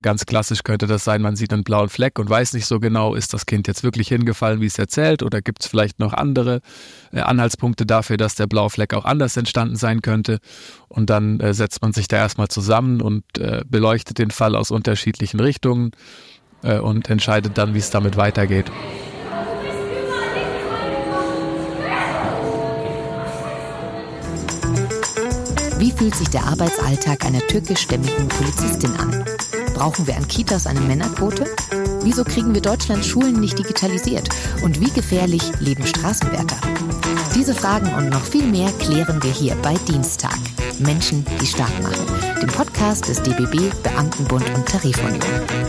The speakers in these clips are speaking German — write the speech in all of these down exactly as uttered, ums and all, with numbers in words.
Ganz klassisch könnte das sein, man sieht einen blauen Fleck und weiß nicht so genau, ist das Kind jetzt wirklich hingefallen, wie es erzählt, oder gibt es vielleicht noch andere äh, Anhaltspunkte dafür, dass der blaue Fleck auch anders entstanden sein könnte. Und dann äh, setzt man sich da erstmal zusammen und äh, beleuchtet den Fall aus unterschiedlichen Richtungen äh, und entscheidet dann, wie es damit weitergeht. Wie fühlt sich der Arbeitsalltag einer türkischstämmigen Polizistin an? Brauchen wir an Kitas eine Männerquote? Wieso kriegen wir Deutschlands Schulen nicht digitalisiert? Und wie gefährlich leben Straßenwärter? Diese Fragen und noch viel mehr klären wir hier bei Dienstag. Menschen, die stark machen. Dem Podcast des D B B, Beamtenbund und Tarifunion.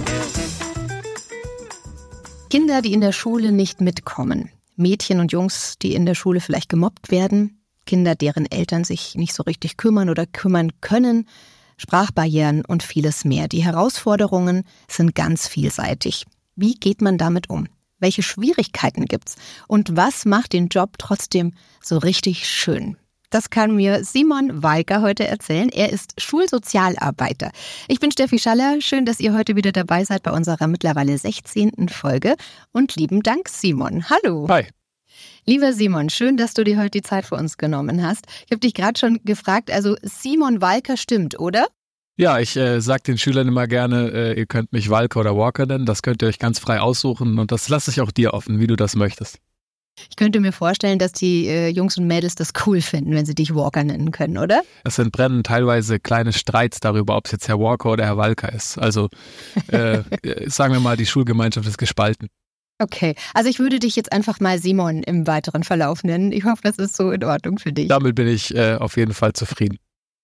Kinder, die in der Schule nicht mitkommen. Mädchen und Jungs, die in der Schule vielleicht gemobbt werden. Kinder, deren Eltern sich nicht so richtig kümmern oder kümmern können, Sprachbarrieren und vieles mehr. Die Herausforderungen sind ganz vielseitig. Wie geht man damit um? Welche Schwierigkeiten gibt's? Und was macht den Job trotzdem so richtig schön? Das kann mir Simon Walker heute erzählen. Er ist Schulsozialarbeiter. Ich bin Steffi Schaller. Schön, dass ihr heute wieder dabei seid bei unserer mittlerweile sechzehnten Folge. Und lieben Dank, Simon. Hallo. Hi. Lieber Simon, schön, dass du dir heute die Zeit für uns genommen hast. Ich habe dich gerade schon gefragt, also Simon Walker stimmt, oder? Ja, ich äh, sage den Schülern immer gerne, äh, ihr könnt mich Walker oder Walker nennen. Das könnt ihr euch ganz frei aussuchen und das lasse ich auch dir offen, wie du das möchtest. Ich könnte mir vorstellen, dass die äh, Jungs und Mädels das cool finden, wenn sie dich Walker nennen können, oder? Es entbrennen teilweise kleine Streits darüber, ob es jetzt Herr Walker oder Herr Walker ist. Also äh, sagen wir mal, die Schulgemeinschaft ist gespalten. Okay, also ich würde dich jetzt einfach mal Simon im weiteren Verlauf nennen. Ich hoffe, das ist so in Ordnung für dich. Damit bin ich äh, auf jeden Fall zufrieden.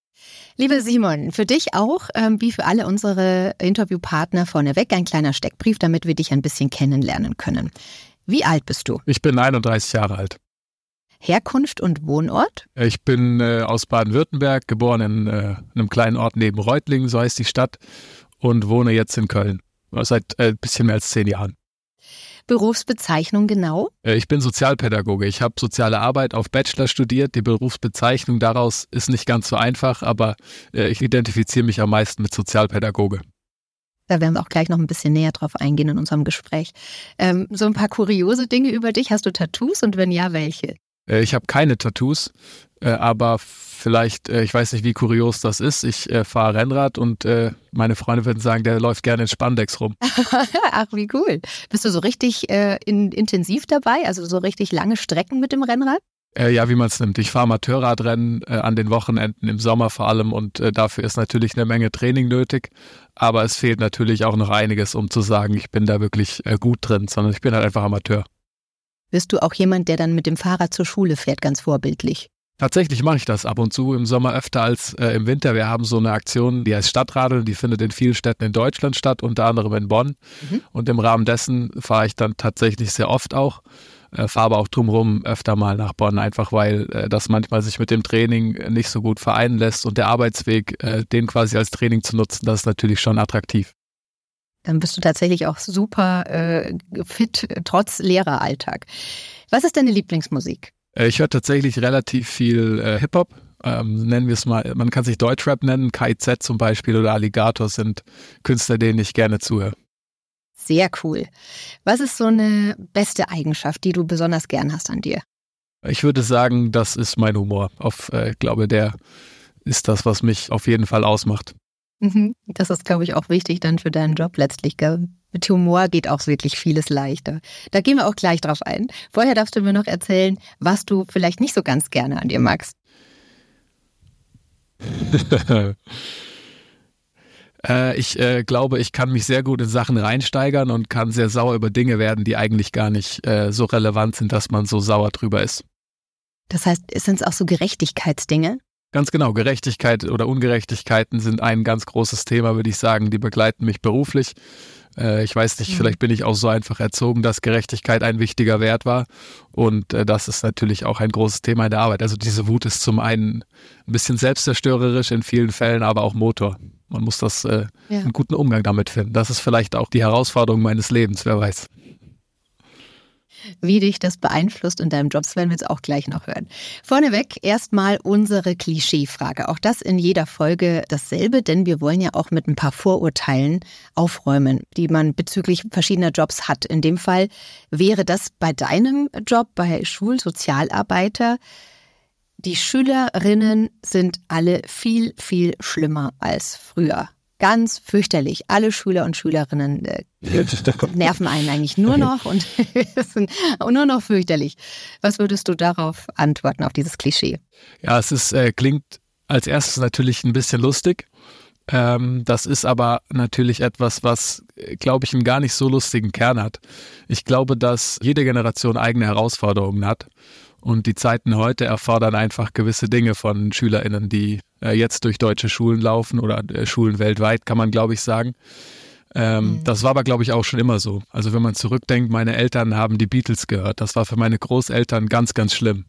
Lieber Simon, für dich auch, ähm, wie für alle unsere Interviewpartner vorneweg, ein kleiner Steckbrief, damit wir dich ein bisschen kennenlernen können. Wie alt bist du? Ich bin einunddreißig Jahre alt. Herkunft und Wohnort? Ich bin äh, aus Baden-Württemberg, geboren in äh, einem kleinen Ort neben Reutlingen, so heißt die Stadt, und wohne jetzt in Köln, seit ein äh, bisschen mehr als zehn Jahren. Berufsbezeichnung genau? Ich bin Sozialpädagoge. Ich habe soziale Arbeit auf Bachelor studiert. Die Berufsbezeichnung daraus ist nicht ganz so einfach, aber ich identifiziere mich am meisten mit Sozialpädagoge. Da werden wir auch gleich noch ein bisschen näher drauf eingehen in unserem Gespräch. Ähm, so ein paar kuriose Dinge über dich. Hast du Tattoos und wenn ja, welche? Ich habe keine Tattoos, aber vielleicht, ich weiß nicht, wie kurios das ist. Ich fahre Rennrad und meine Freunde würden sagen, der läuft gerne in Spandex rum. Ach, wie cool. Bist du so richtig äh, in, intensiv dabei? Also so richtig lange Strecken mit dem Rennrad? Äh, ja, wie man es nimmt. Ich fahre Amateurradrennen äh, an den Wochenenden, im Sommer vor allem und äh, dafür ist natürlich eine Menge Training nötig. Aber es fehlt natürlich auch noch einiges, um zu sagen, ich bin da wirklich äh, gut drin, sondern ich bin halt einfach Amateur. Bist du auch jemand, der dann mit dem Fahrrad zur Schule fährt, ganz vorbildlich? Tatsächlich mache ich das ab und zu, im Sommer öfter als äh, im Winter. Wir haben so eine Aktion, die heißt Stadtradeln, die findet in vielen Städten in Deutschland statt, unter anderem in Bonn. Mhm. Und im Rahmen dessen fahre ich dann tatsächlich sehr oft auch, äh, fahre aber auch drumherum öfter mal nach Bonn, einfach weil äh, das manchmal sich mit dem Training nicht so gut vereinen lässt. Und der Arbeitsweg, äh, den quasi als Training zu nutzen, das ist natürlich schon attraktiv. Dann bist du tatsächlich auch super äh, fit, trotz Lehreralltag. Was ist deine Lieblingsmusik? Ich höre tatsächlich relativ viel äh, Hip-Hop, ähm, nennen wir es mal, man kann sich Deutschrap nennen, K I Z zum Beispiel oder Alligator sind Künstler, denen ich gerne zuhöre. Sehr cool. Was ist so eine beste Eigenschaft, die du besonders gern hast an dir? Ich würde sagen, das ist mein Humor. Auf, äh, ich glaube, der ist das, was mich auf jeden Fall ausmacht. Mhm. Das ist, glaube ich, auch wichtig dann für deinen Job letztlich, gell? Mit Humor geht auch wirklich vieles leichter. Da gehen wir auch gleich drauf ein. Vorher darfst du mir noch erzählen, was du vielleicht nicht so ganz gerne an dir magst. äh, ich äh, glaube, ich kann mich sehr gut in Sachen reinsteigern und kann sehr sauer über Dinge werden, die eigentlich gar nicht äh, so relevant sind, dass man so sauer drüber ist. Das heißt, sind es auch so Gerechtigkeitsdinge? Ganz genau, Gerechtigkeit oder Ungerechtigkeiten sind ein ganz großes Thema, würde ich sagen. Die begleiten mich beruflich. Äh, ich weiß nicht, mhm. vielleicht bin ich auch so einfach erzogen, dass Gerechtigkeit ein wichtiger Wert war. Und äh, das ist natürlich auch ein großes Thema in der Arbeit. Also diese Wut ist zum einen ein bisschen selbstzerstörerisch in vielen Fällen, aber auch Motor. Man muss das äh, ja. einen guten Umgang damit finden. Das ist vielleicht auch die Herausforderung meines Lebens, wer weiß. Wie dich das beeinflusst in deinem Job, das werden wir jetzt auch gleich noch hören. Vorneweg erstmal unsere Klischeefrage. Auch das in jeder Folge dasselbe, denn wir wollen ja auch mit ein paar Vorurteilen aufräumen, die man bezüglich verschiedener Jobs hat. In dem Fall wäre das bei deinem Job, bei Schulsozialarbeiter. Die Schülerinnen sind alle viel, viel schlimmer als früher. Ganz fürchterlich. Alle Schüler und Schülerinnen äh, nerven einen eigentlich nur noch und sind nur noch fürchterlich. Was würdest du darauf antworten, auf dieses Klischee? Ja, es ist, äh, klingt als erstes natürlich ein bisschen lustig. Ähm, das ist aber natürlich etwas, was, glaube ich, einen gar nicht so lustigen Kern hat. Ich glaube, dass jede Generation eigene Herausforderungen hat. Und die Zeiten heute erfordern einfach gewisse Dinge von SchülerInnen, die äh, jetzt durch deutsche Schulen laufen oder äh, Schulen weltweit, kann man, glaube ich, sagen. Ähm, mhm. Das war aber, glaube ich, auch schon immer so. Also wenn man zurückdenkt, meine Eltern haben die Beatles gehört. Das war für meine Großeltern ganz, ganz schlimm.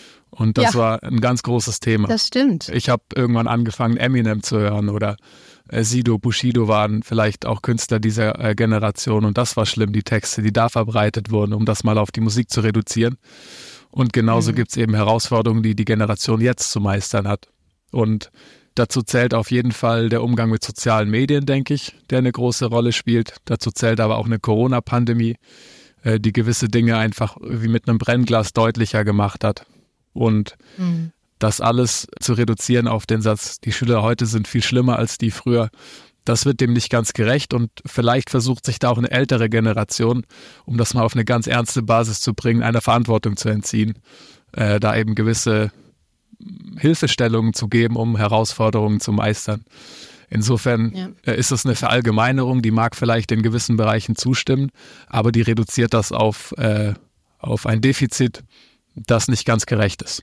Und das ja. war ein ganz großes Thema. Das stimmt. Ich habe irgendwann angefangen, Eminem zu hören oder äh, Sido, Bushido waren vielleicht auch Künstler dieser äh, Generation. Und das war schlimm, die Texte, die da verbreitet wurden, um das mal auf die Musik zu reduzieren. Und genauso mhm. gibt es eben Herausforderungen, die die Generation jetzt zu meistern hat. Und dazu zählt auf jeden Fall der Umgang mit sozialen Medien, denke ich, der eine große Rolle spielt. Dazu zählt aber auch eine Corona-Pandemie, äh, die gewisse Dinge einfach wie mit einem Brennglas deutlicher gemacht hat. Und mhm. das alles zu reduzieren auf den Satz, die Schüler heute sind viel schlimmer als die früher, das wird dem nicht ganz gerecht und vielleicht versucht sich da auch eine ältere Generation, um das mal auf eine ganz ernste Basis zu bringen, einer Verantwortung zu entziehen, äh, da eben gewisse Hilfestellungen zu geben, um Herausforderungen zu meistern. Insofern ja. äh, ist es eine Verallgemeinerung, die mag vielleicht in gewissen Bereichen zustimmen, aber die reduziert das auf, äh, auf ein Defizit, das nicht ganz gerecht ist.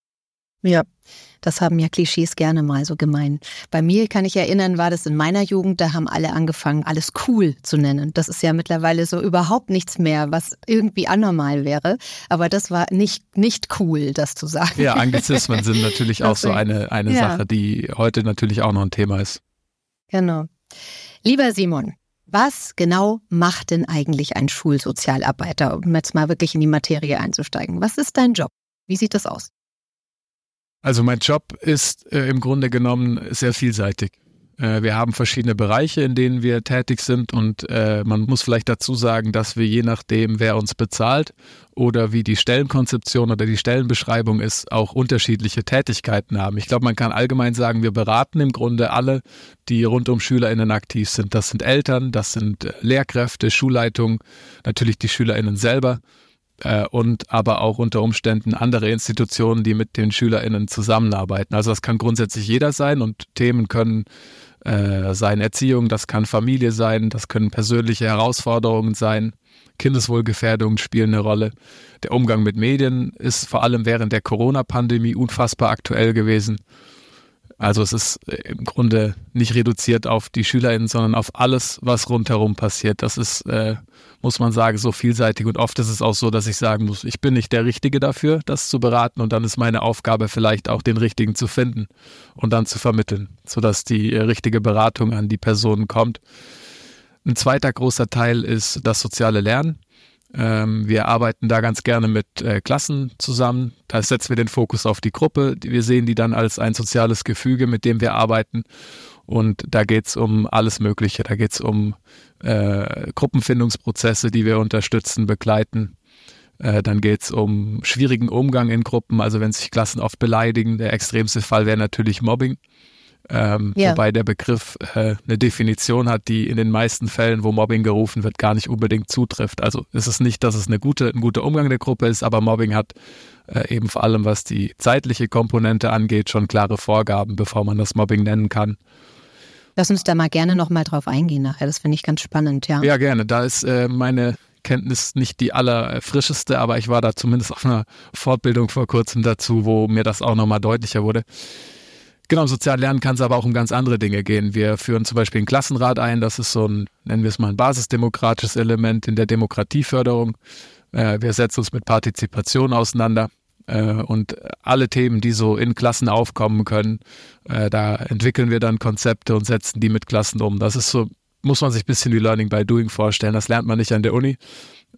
Ja, das haben ja Klischees gerne mal so gemein. Bei mir, kann ich erinnern, war das in meiner Jugend, da haben alle angefangen, alles cool zu nennen. Das ist ja mittlerweile so überhaupt nichts mehr, was irgendwie anormal wäre. Aber das war nicht, nicht cool, das zu sagen. Ja, Anglizismen sind natürlich auch so eine, eine ja. Sache, die heute natürlich auch noch ein Thema ist. Genau. Lieber Simon, was genau macht denn eigentlich ein Schulsozialarbeiter, um jetzt mal wirklich in die Materie einzusteigen? Was ist dein Job? Wie sieht das aus? Also mein Job ist äh, im Grunde genommen sehr vielseitig. Äh, wir haben verschiedene Bereiche, in denen wir tätig sind und äh, man muss vielleicht dazu sagen, dass wir je nachdem, wer uns bezahlt oder wie die Stellenkonzeption oder die Stellenbeschreibung ist, auch unterschiedliche Tätigkeiten haben. Ich glaube, man kann allgemein sagen, wir beraten im Grunde alle, die rund um SchülerInnen aktiv sind. Das sind Eltern, das sind äh, Lehrkräfte, Schulleitungen, natürlich die SchülerInnen selber. Und aber auch unter Umständen andere Institutionen, die mit den SchülerInnen zusammenarbeiten. Also das kann grundsätzlich jeder sein und Themen können äh, sein Erziehung, das kann Familie sein, das können persönliche Herausforderungen sein, Kindeswohlgefährdungen spielen eine Rolle. Der Umgang mit Medien ist vor allem während der Corona-Pandemie unfassbar aktuell gewesen. Also es ist im Grunde nicht reduziert auf die SchülerInnen, sondern auf alles, was rundherum passiert. Das ist, äh, muss man sagen, so vielseitig und oft ist es auch so, dass ich sagen muss, ich bin nicht der Richtige dafür, das zu beraten und dann ist meine Aufgabe vielleicht auch den Richtigen zu finden und dann zu vermitteln, sodass die richtige Beratung an die Personen kommt. Ein zweiter großer Teil ist das soziale Lernen. Ähm, wir arbeiten da ganz gerne mit äh, Klassen zusammen. Da setzen wir den Fokus auf die Gruppe. Wir sehen die dann als ein soziales Gefüge, mit dem wir arbeiten. Und da geht es um alles Mögliche. Da geht es um äh, Gruppenfindungsprozesse, die wir unterstützen, begleiten. Äh, dann geht es um schwierigen Umgang in Gruppen. Also wenn sich Klassen oft beleidigen. Der extremste Fall wäre natürlich Mobbing. Ähm, ja. Wobei der Begriff äh, eine Definition hat, die in den meisten Fällen, wo Mobbing gerufen wird, gar nicht unbedingt zutrifft. Also es ist nicht, dass es eine gute, ein guter Umgang der Gruppe ist, aber Mobbing hat äh, eben vor allem, was die zeitliche Komponente angeht, schon klare Vorgaben, bevor man das Mobbing nennen kann. Lass uns da mal gerne nochmal drauf eingehen nachher, das finde ich ganz spannend, ja. Ja, gerne. Da ist äh, meine Kenntnis nicht die allerfrischeste, aber ich war da zumindest auf einer Fortbildung vor kurzem dazu, wo mir das auch nochmal deutlicher wurde. Genau, im sozialen Lernen kann es aber auch um ganz andere Dinge gehen. Wir führen zum Beispiel einen Klassenrat ein, das ist so ein, nennen wir es mal ein basisdemokratisches Element in der Demokratieförderung. Äh, wir setzen uns mit Partizipation auseinander äh, und alle Themen, die so in Klassen aufkommen können, äh, da entwickeln wir dann Konzepte und setzen die mit Klassen um. Das ist so, muss man sich ein bisschen wie Learning by Doing vorstellen. Das lernt man nicht an der Uni,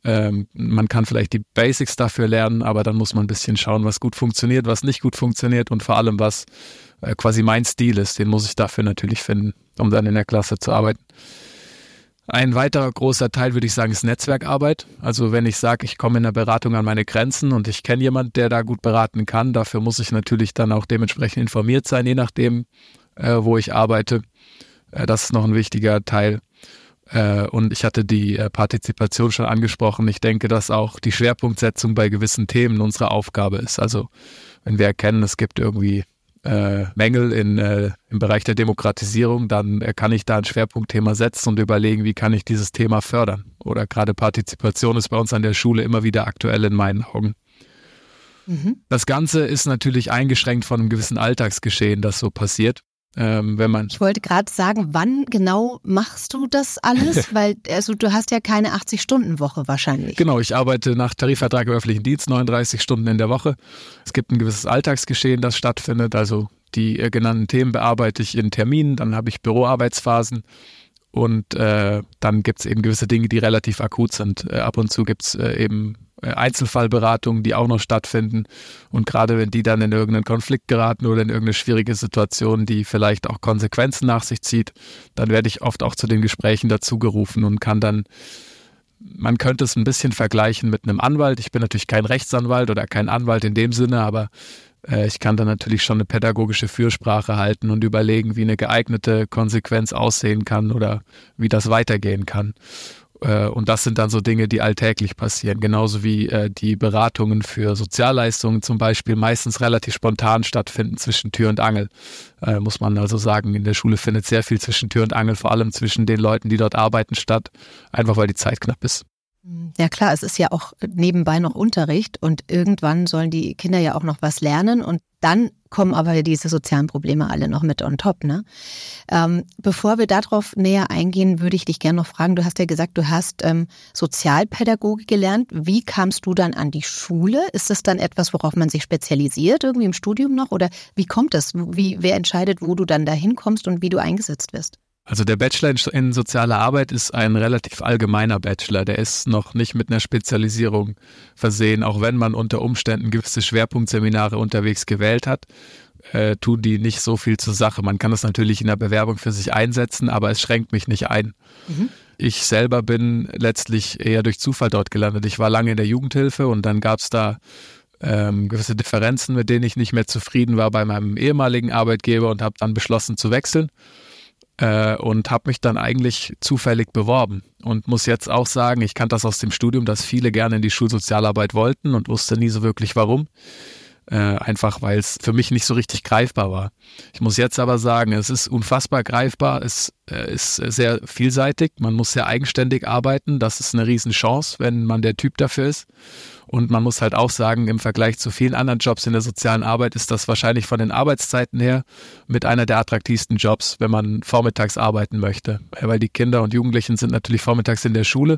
Ähm, man kann vielleicht die Basics dafür lernen, aber dann muss man ein bisschen schauen, was gut funktioniert, was nicht gut funktioniert und vor allem, was äh, quasi mein Stil ist. Den muss ich dafür natürlich finden, um dann in der Klasse zu arbeiten. Ein weiterer großer Teil, würde ich sagen, ist Netzwerkarbeit. Also wenn ich sage, ich komme in der Beratung an meine Grenzen und ich kenne jemanden, der da gut beraten kann, dafür muss ich natürlich dann auch dementsprechend informiert sein, je nachdem, äh, wo ich arbeite. Äh, das ist noch ein wichtiger Teil. Und ich hatte die Partizipation schon angesprochen. Ich denke, dass auch die Schwerpunktsetzung bei gewissen Themen unsere Aufgabe ist. Also wenn wir erkennen, es gibt irgendwie äh, Mängel in, äh, im Bereich der Demokratisierung, dann äh, kann ich da ein Schwerpunktthema setzen und überlegen, wie kann ich dieses Thema fördern. Oder gerade Partizipation ist bei uns an der Schule immer wieder aktuell in meinen Augen. Mhm. Das Ganze ist natürlich eingeschränkt von einem gewissen Alltagsgeschehen, das so passiert. Ähm, wenn man ich wollte gerade sagen, wann genau machst du das alles? Weil also du hast ja keine achtzig-Stunden-Woche wahrscheinlich. Genau, ich arbeite nach Tarifvertrag im öffentlichen Dienst neununddreißig Stunden in der Woche. Es gibt ein gewisses Alltagsgeschehen, das stattfindet. Also die äh, genannten Themen bearbeite ich in Terminen, dann habe ich Büroarbeitsphasen und äh, dann gibt es eben gewisse Dinge, die relativ akut sind. Äh, ab und zu gibt es äh, eben Einzelfallberatungen, die auch noch stattfinden. Und gerade wenn die dann in irgendeinen Konflikt geraten oder in irgendeine schwierige Situation, die vielleicht auch Konsequenzen nach sich zieht, dann werde ich oft auch zu den Gesprächen dazugerufen und kann dann, man könnte es ein bisschen vergleichen mit einem Anwalt. Ich bin natürlich kein Rechtsanwalt oder kein Anwalt in dem Sinne, aber äh, ich kann dann natürlich schon eine pädagogische Fürsprache halten und überlegen, wie eine geeignete Konsequenz aussehen kann oder wie das weitergehen kann. Und das sind dann so Dinge, die alltäglich passieren. Genauso wie äh, die Beratungen für Sozialleistungen zum Beispiel meistens relativ spontan stattfinden zwischen Tür und Angel. Äh, muss man also sagen, in der Schule findet sehr viel zwischen Tür und Angel, vor allem zwischen den Leuten, die dort arbeiten, statt. Einfach weil die Zeit knapp ist. Ja klar, es ist ja auch nebenbei noch Unterricht und irgendwann sollen die Kinder ja auch noch was lernen und dann kommen aber diese sozialen Probleme alle noch mit on top, ne? Ähm, bevor wir darauf näher eingehen, würde ich dich gerne noch fragen, du hast ja gesagt, du hast ähm, Sozialpädagogik gelernt. Wie kamst du dann an die Schule? Ist das dann etwas, worauf man sich spezialisiert, irgendwie im Studium noch? Oder wie kommt das? Wie, wer entscheidet, wo du dann dahin kommst und wie du eingesetzt wirst? Also der Bachelor in, in sozialer Arbeit ist ein relativ allgemeiner Bachelor. Der ist noch nicht mit einer Spezialisierung versehen, auch wenn man unter Umständen gewisse Schwerpunktseminare unterwegs gewählt hat, äh, tun die nicht so viel zur Sache. Man kann das natürlich in der Bewerbung für sich einsetzen, aber es schränkt mich nicht ein. Mhm. Ich selber bin letztlich eher durch Zufall dort gelandet. Ich war lange in der Jugendhilfe und dann gab es da ähm, gewisse Differenzen, mit denen ich nicht mehr zufrieden war bei meinem ehemaligen Arbeitgeber und habe dann beschlossen zu wechseln. Äh, und habe mich dann eigentlich zufällig beworben und muss jetzt auch sagen, ich kannte das aus dem Studium, dass viele gerne in die Schulsozialarbeit wollten und wusste nie so wirklich warum. Äh, einfach weil es für mich nicht so richtig greifbar war. Ich muss jetzt aber sagen, es ist unfassbar greifbar, es äh, ist sehr vielseitig, man muss sehr eigenständig arbeiten, das ist eine Riesenchance, wenn man der Typ dafür ist. Und man muss halt auch sagen, im Vergleich zu vielen anderen Jobs in der sozialen Arbeit ist das wahrscheinlich von den Arbeitszeiten her mit einer der attraktivsten Jobs, wenn man vormittags arbeiten möchte. Weil die Kinder und Jugendlichen sind natürlich vormittags in der Schule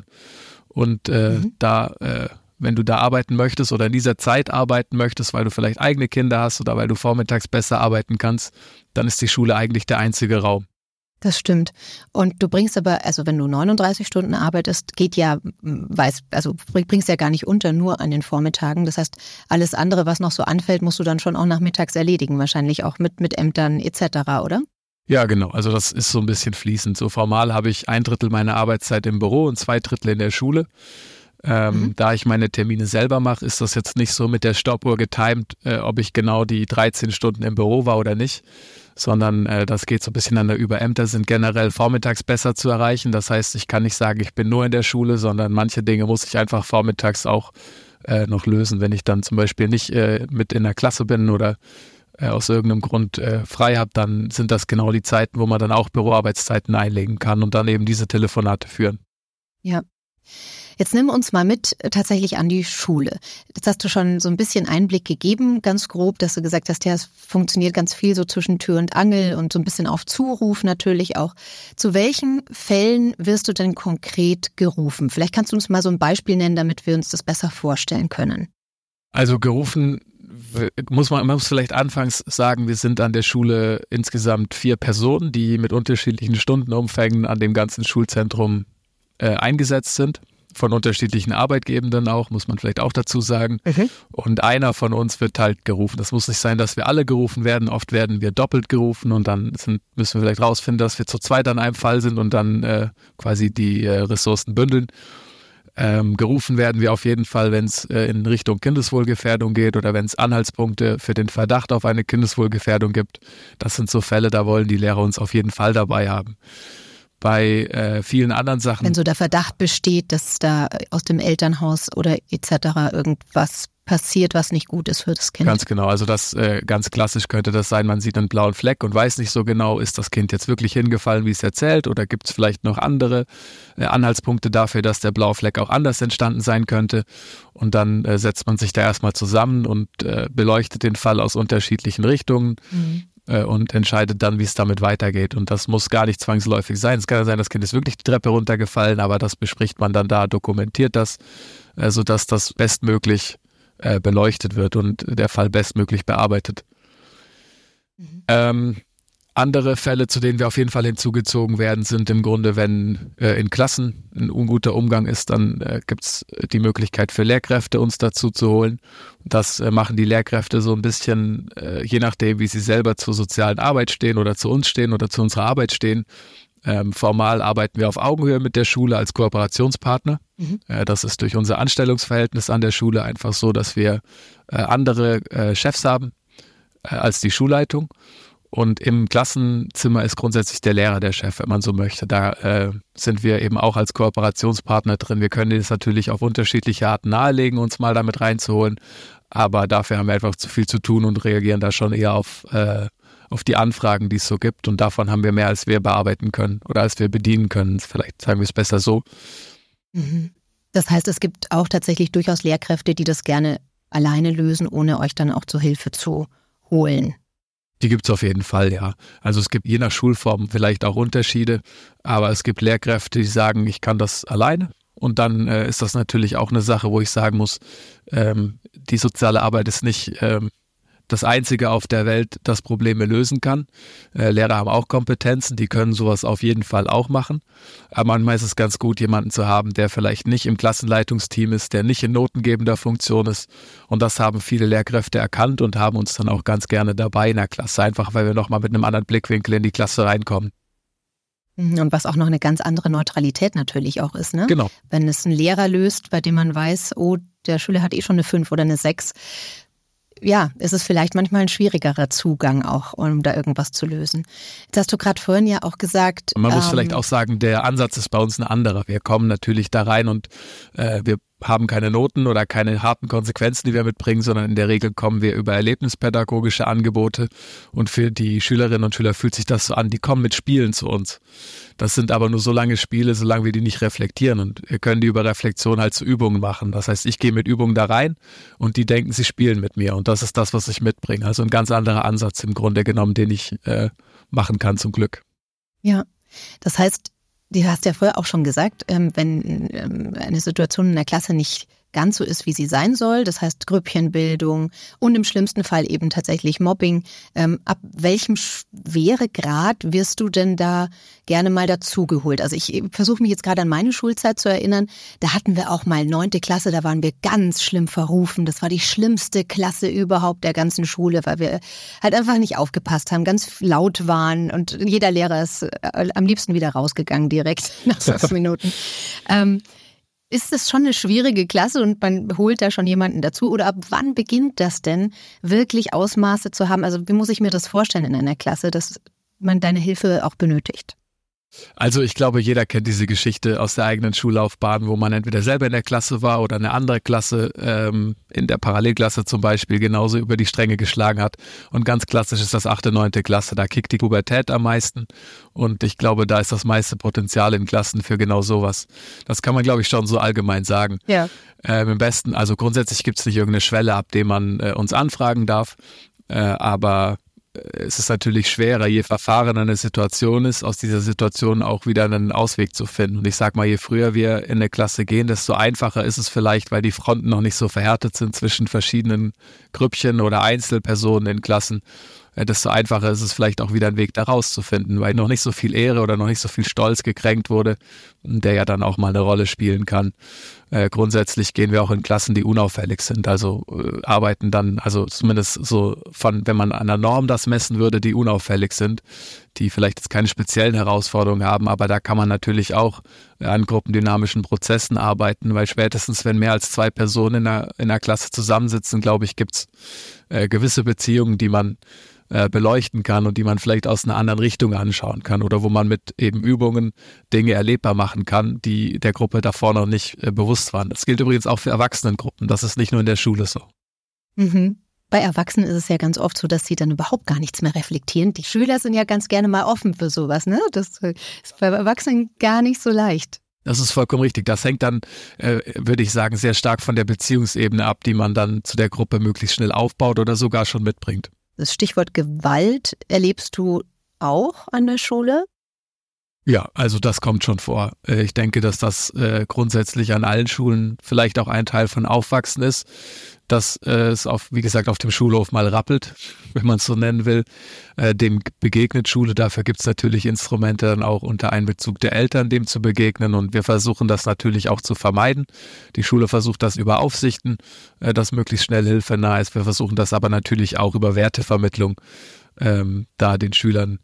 und äh, mhm. da, äh, wenn du da arbeiten möchtest oder in dieser Zeit arbeiten möchtest, weil du vielleicht eigene Kinder hast oder weil du vormittags besser arbeiten kannst, dann ist die Schule eigentlich der einzige Raum. Das stimmt. Und du bringst aber, also wenn du neununddreißig Stunden arbeitest, geht ja, weiß, also bringst ja gar nicht unter, nur an den Vormittagen. Das heißt, alles andere, was noch so anfällt, musst du dann schon auch nachmittags erledigen, wahrscheinlich auch mit, mit Ämtern et cetera, oder? Ja, genau. Also das ist so ein bisschen fließend. So formal habe ich ein Drittel meiner Arbeitszeit im Büro und zwei Drittel in der Schule. Ähm, mhm. Da ich meine Termine selber mache, ist das jetzt nicht so mit der Stoppuhr getimt, äh, ob ich genau die dreizehn Stunden im Büro war oder nicht, sondern äh, das geht so ein bisschen an der Über. Ämter sind generell vormittags besser zu erreichen. Das heißt, ich kann nicht sagen, ich bin nur in der Schule, sondern manche Dinge muss ich einfach vormittags auch äh, noch lösen. Wenn ich dann zum Beispiel nicht äh, mit in der Klasse bin oder äh, aus irgendeinem Grund äh, frei habe, dann sind das genau die Zeiten, wo man dann auch Büroarbeitszeiten einlegen kann und dann eben diese Telefonate führen. Ja. Jetzt nimm uns mal mit tatsächlich an die Schule. Jetzt hast du schon so ein bisschen Einblick gegeben, ganz grob, dass du gesagt hast, ja, es funktioniert ganz viel so zwischen Tür und Angel und so ein bisschen auf Zuruf natürlich auch. Zu welchen Fällen wirst du denn konkret gerufen? Vielleicht kannst du uns mal so ein Beispiel nennen, damit wir uns das besser vorstellen können. Also gerufen muss man, man muss vielleicht anfangs sagen, wir sind an der Schule insgesamt vier Personen, die mit unterschiedlichen Stundenumfängen an dem ganzen Schulzentrum äh, eingesetzt sind. von unterschiedlichen Arbeitgebenden auch, muss man vielleicht auch dazu sagen. Mhm. Und einer von uns wird halt gerufen. Das muss nicht sein, dass wir alle gerufen werden. Oft werden wir doppelt gerufen und dann sind, müssen wir vielleicht rausfinden, dass wir zu zweit an einem Fall sind und dann äh, quasi die äh, Ressourcen bündeln. Ähm, gerufen werden wir auf jeden Fall, wenn es äh, in Richtung Kindeswohlgefährdung geht oder wenn es Anhaltspunkte für den Verdacht auf eine Kindeswohlgefährdung gibt. Das sind so Fälle, da wollen die Lehrer uns auf jeden Fall dabei haben. Bei äh, vielen anderen Sachen. Wenn so der Verdacht besteht, dass da aus dem Elternhaus oder et cetera irgendwas passiert, was nicht gut ist für das Kind. Ganz genau, also das äh, ganz klassisch könnte das sein, man sieht einen blauen Fleck und weiß nicht so genau, ist das Kind jetzt wirklich hingefallen, wie es erzählt, oder gibt es vielleicht noch andere äh, Anhaltspunkte dafür, dass der blaue Fleck auch anders entstanden sein könnte, und dann äh, setzt man sich da erstmal zusammen und äh, beleuchtet den Fall aus unterschiedlichen Richtungen. Mhm. Und entscheidet dann, wie es damit weitergeht. Und das muss gar nicht zwangsläufig sein. Es kann ja sein, das Kind ist wirklich die Treppe runtergefallen, aber das bespricht man dann da, dokumentiert das, sodass das bestmöglich beleuchtet wird und der Fall bestmöglich bearbeitet. Mhm. Ähm, andere Fälle, zu denen wir auf jeden Fall hinzugezogen werden, sind im Grunde, wenn äh, in Klassen ein unguter Umgang ist, dann äh, gibt es die Möglichkeit für Lehrkräfte, uns dazu zu holen. Das äh, machen die Lehrkräfte so ein bisschen, äh, je nachdem, wie sie selber zur sozialen Arbeit stehen oder zu uns stehen oder zu unserer Arbeit stehen. Ähm, formal arbeiten wir auf Augenhöhe mit der Schule als Kooperationspartner. Mhm. Äh, das ist durch unser Anstellungsverhältnis an der Schule einfach so, dass wir äh, andere äh, Chefs haben äh, als die Schulleitung. Und im Klassenzimmer ist grundsätzlich der Lehrer der Chef, wenn man so möchte. Da äh, sind wir eben auch als Kooperationspartner drin. Wir können das natürlich auf unterschiedliche Arten nahelegen, uns mal damit reinzuholen. Aber dafür haben wir einfach zu viel zu tun und reagieren da schon eher auf, äh, auf die Anfragen, die es so gibt. Und davon haben wir mehr, als wir bearbeiten können oder als wir bedienen können. Vielleicht sagen wir es besser so. Das heißt, es gibt auch tatsächlich durchaus Lehrkräfte, die das gerne alleine lösen, ohne euch dann auch zur Hilfe zu holen. Die gibt es auf jeden Fall, ja. Also es gibt je nach Schulform vielleicht auch Unterschiede, aber es gibt Lehrkräfte, die sagen, ich kann das alleine. Und dann äh, ist das natürlich auch eine Sache, wo ich sagen muss, ähm, die soziale Arbeit ist nicht ähm, das Einzige auf der Welt, das Probleme lösen kann. Äh, Lehrer haben auch Kompetenzen, die können sowas auf jeden Fall auch machen. Aber manchmal ist es ganz gut, jemanden zu haben, der vielleicht nicht im Klassenleitungsteam ist, der nicht in notengebender Funktion ist. Und das haben viele Lehrkräfte erkannt und haben uns dann auch ganz gerne dabei in der Klasse, einfach weil wir nochmal mit einem anderen Blickwinkel in die Klasse reinkommen. Und was auch noch eine ganz andere Neutralität natürlich auch ist, ne? Genau. Wenn es ein Lehrer löst, bei dem man weiß, oh, der Schüler hat eh schon eine fünf oder eine sechs, ja, es ist vielleicht manchmal ein schwierigerer Zugang auch, um da irgendwas zu lösen. Jetzt hast du gerade vorhin ja auch gesagt... Man muss ähm, vielleicht auch sagen, der Ansatz ist bei uns ein anderer. Wir kommen natürlich da rein und äh, wir haben keine Noten oder keine harten Konsequenzen, die wir mitbringen, sondern in der Regel kommen wir über erlebnispädagogische Angebote, und für die Schülerinnen und Schüler fühlt sich das so an, die kommen mit Spielen zu uns. Das sind aber nur so lange Spiele, solange wir die nicht reflektieren, und wir können die über Reflexion halt zu Übungen machen. Das heißt, ich gehe mit Übungen da rein und die denken, sie spielen mit mir, und das ist das, was ich mitbringe. Also ein ganz anderer Ansatz im Grunde genommen, den ich äh, machen kann, zum Glück. Ja, das heißt, du hast ja vorher auch schon gesagt, wenn eine Situation in der Klasse nicht ganz so ist, wie sie sein soll, das heißt Grüppchenbildung und im schlimmsten Fall eben tatsächlich Mobbing, ab welchem Schweregrad wirst du denn da gerne mal dazugeholt? Also ich versuche mich jetzt gerade an meine Schulzeit zu erinnern, da hatten wir auch mal neunte Klasse, da waren wir ganz schlimm verrufen, das war die schlimmste Klasse überhaupt der ganzen Schule, weil wir halt einfach nicht aufgepasst haben, ganz laut waren, und jeder Lehrer ist am liebsten wieder rausgegangen direkt nach fünf Minuten. ähm, Ist das schon eine schwierige Klasse und man holt da schon jemanden dazu? Oder ab wann beginnt das denn, wirklich Ausmaße zu haben? Also wie muss ich mir das vorstellen in einer Klasse, dass man deine Hilfe auch benötigt? Also ich glaube, jeder kennt diese Geschichte aus der eigenen Schullaufbahn, wo man entweder selber in der Klasse war oder eine andere Klasse, ähm, in der Parallelklasse zum Beispiel, genauso über die Stränge geschlagen hat. Und ganz klassisch ist das achte, neunte Klasse, da kickt die Pubertät am meisten. Und ich glaube, da ist das meiste Potenzial in Klassen für genau sowas. Das kann man, glaube ich, schon so allgemein sagen. Ja. Ähm, im besten, also grundsätzlich gibt es nicht irgendeine Schwelle, ab der man äh, uns anfragen darf, äh, aber es ist natürlich schwerer, je verfahrener eine Situation ist, aus dieser Situation auch wieder einen Ausweg zu finden. Und ich sag mal, je früher wir in eine Klasse gehen, desto einfacher ist es vielleicht, weil die Fronten noch nicht so verhärtet sind zwischen verschiedenen Grüppchen oder Einzelpersonen in Klassen. desto einfacher ist es vielleicht auch wieder einen Weg da rauszufinden, weil noch nicht so viel Ehre oder noch nicht so viel Stolz gekränkt wurde, der ja dann auch mal eine Rolle spielen kann. Äh, grundsätzlich gehen wir auch in Klassen, die unauffällig sind, also äh, arbeiten dann, also zumindest so von, wenn man an der Norm das messen würde, die unauffällig sind, die vielleicht jetzt keine speziellen Herausforderungen haben, aber da kann man natürlich auch an gruppendynamischen Prozessen arbeiten, weil spätestens, wenn mehr als zwei Personen in einer, in einer Klasse zusammensitzen, glaube ich, gibt es äh, gewisse Beziehungen, die man äh, beleuchten kann und die man vielleicht aus einer anderen Richtung anschauen kann oder wo man mit eben Übungen Dinge erlebbar machen kann, die der Gruppe davor noch nicht äh, bewusst waren. Das gilt übrigens auch für Erwachsenengruppen, das ist nicht nur in der Schule so. Mhm. Bei Erwachsenen ist es ja ganz oft so, dass sie dann überhaupt gar nichts mehr reflektieren. Die Schüler sind ja ganz gerne mal offen für sowas, ne? Das ist bei Erwachsenen gar nicht so leicht. Das ist vollkommen richtig. Das hängt dann, äh, würde ich sagen, sehr stark von der Beziehungsebene ab, die man dann zu der Gruppe möglichst schnell aufbaut oder sogar schon mitbringt. Das Stichwort Gewalt erlebst du auch an der Schule? Ja, also das kommt schon vor. Ich denke, dass das äh, grundsätzlich an allen Schulen vielleicht auch ein Teil von Aufwachsen ist, dass äh, es auf, wie gesagt, auf dem Schulhof mal rappelt, wenn man es so nennen will. Äh, dem begegnet Schule, dafür gibt es natürlich Instrumente dann auch unter Einbezug der Eltern, dem zu begegnen, und wir versuchen das natürlich auch zu vermeiden. Die Schule versucht das über Aufsichten, äh, dass möglichst schnell Hilfe nah ist. Wir versuchen das aber natürlich auch über Wertevermittlung, ähm, da den Schülern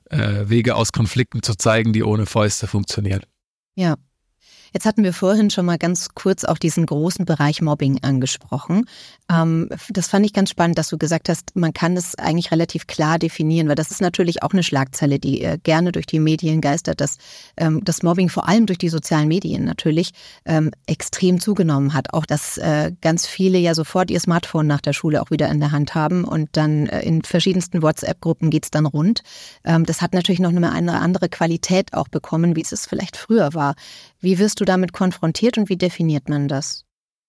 Wege aus Konflikten zu zeigen, die ohne Fäuste funktionieren. Ja. Jetzt hatten wir vorhin schon mal ganz kurz auch diesen großen Bereich Mobbing angesprochen. Ähm, das fand ich ganz spannend, dass du gesagt hast, man kann das eigentlich relativ klar definieren, weil das ist natürlich auch eine Schlagzeile, die äh, gerne durch die Medien geistert, dass ähm, das Mobbing vor allem durch die sozialen Medien natürlich ähm, extrem zugenommen hat. Auch, dass äh, ganz viele ja sofort ihr Smartphone nach der Schule auch wieder in der Hand haben und dann äh, in verschiedensten WhatsApp-Gruppen geht's dann rund. Ähm, das hat natürlich noch eine andere Qualität auch bekommen, wie es vielleicht früher war. Wie wirst du damit konfrontiert und wie definiert man das?